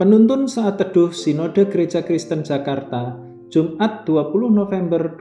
Penuntun Saat Teduh Sinode Gereja Kristen Jakarta, Jumat 20 November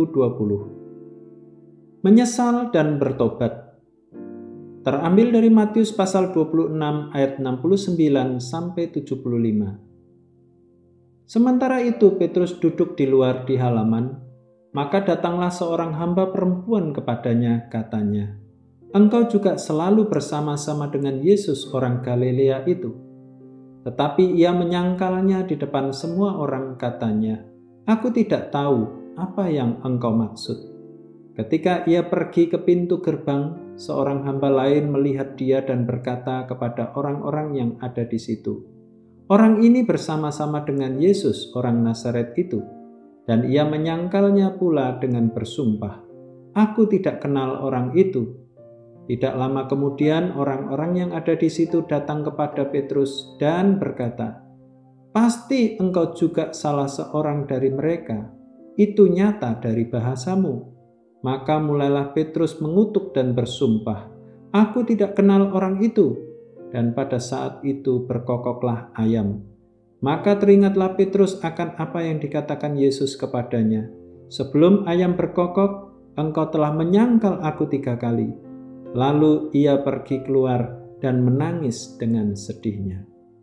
2020. Menyesal dan bertobat. Terambil dari Matius pasal 26 ayat 69 sampai 75. Sementara itu Petrus duduk di luar di halaman, maka datanglah seorang hamba perempuan kepadanya, katanya, "Engkau juga selalu bersama-sama dengan Yesus orang Galilea itu." Tetapi ia menyangkalnya di depan semua orang, katanya, "Aku tidak tahu apa yang engkau maksud." Ketika ia pergi ke pintu gerbang, seorang hamba lain melihat dia dan berkata kepada orang-orang yang ada di situ, "Orang ini bersama-sama dengan Yesus orang Nazaret itu." Dan ia menyangkalnya pula dengan bersumpah, "Aku tidak kenal orang itu." Tidak lama kemudian orang-orang yang ada di situ datang kepada Petrus dan berkata, "Pasti engkau juga salah seorang dari mereka. Itu nyata dari bahasamu." Maka mulailah Petrus mengutuk dan bersumpah, "Aku tidak kenal orang itu." Dan pada saat itu berkokoklah ayam. Maka teringatlah Petrus akan apa yang dikatakan Yesus kepadanya, "Sebelum ayam berkokok, engkau telah menyangkal aku 3 kali." Lalu ia pergi keluar dan menangis dengan sedihnya.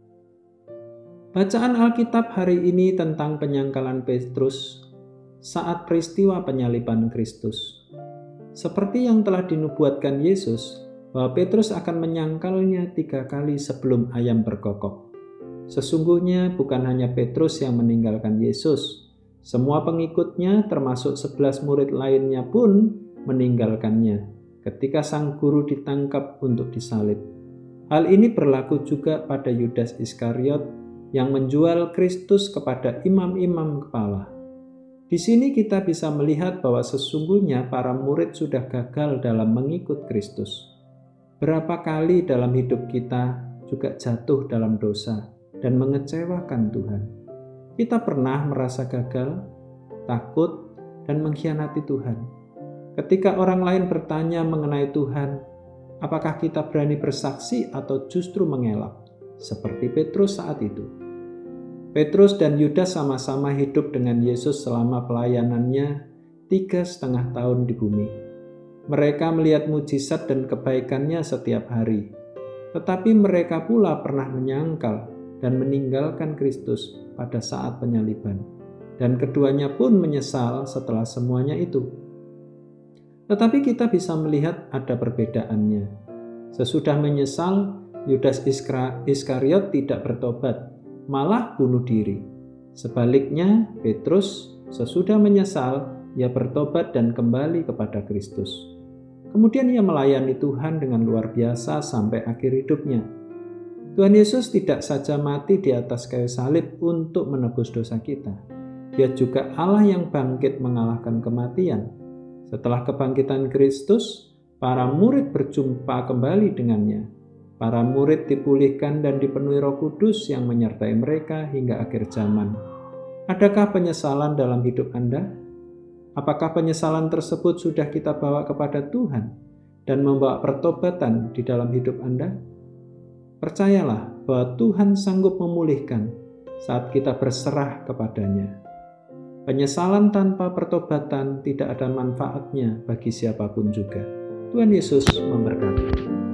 Bacaan Alkitab hari ini tentang penyangkalan Petrus saat peristiwa penyaliban Kristus. Seperti yang telah dinubuatkan Yesus, bahwa Petrus akan menyangkalnya 3 kali sebelum ayam berkokok. Sesungguhnya bukan hanya Petrus yang meninggalkan Yesus, semua pengikutnya termasuk 11 murid lainnya pun meninggalkannya ketika sang guru ditangkap untuk disalib. Hal ini berlaku juga pada Yudas Iskariot yang menjual Kristus kepada imam-imam kepala. Di sini kita bisa melihat bahwa sesungguhnya para murid sudah gagal dalam mengikut Kristus. Berapa kali dalam hidup kita juga jatuh dalam dosa dan mengecewakan Tuhan. Kita pernah merasa gagal, takut, dan mengkhianati Tuhan. Ketika orang lain bertanya mengenai Tuhan, apakah kita berani bersaksi atau justru mengelak, seperti Petrus saat itu? Petrus dan Yudas sama-sama hidup dengan Yesus selama pelayanannya 3,5 tahun di bumi. Mereka melihat mujizat dan kebaikannya setiap hari. Tetapi mereka pula pernah menyangkal dan meninggalkan Kristus pada saat penyaliban. Dan keduanya pun menyesal setelah semuanya itu. Tetapi kita bisa melihat ada perbedaannya. Sesudah menyesal, Yudas Iskariot tidak bertobat, malah bunuh diri. Sebaliknya, Petrus sesudah menyesal, ia bertobat dan kembali kepada Kristus. Kemudian ia melayani Tuhan dengan luar biasa sampai akhir hidupnya. Tuhan Yesus tidak saja mati di atas kayu salib untuk menebus dosa kita. Dia juga Allah yang bangkit mengalahkan kematian. Setelah kebangkitan Kristus, para murid berjumpa kembali dengannya. Para murid dipulihkan dan dipenuhi Roh Kudus yang menyertai mereka hingga akhir zaman. Adakah penyesalan dalam hidup Anda? Apakah penyesalan tersebut sudah kita bawa kepada Tuhan dan membawa pertobatan di dalam hidup Anda? Percayalah bahwa Tuhan sanggup memulihkan saat kita berserah kepadanya. Penyesalan tanpa pertobatan tidak ada manfaatnya bagi siapapun juga. Tuhan Yesus memberkati.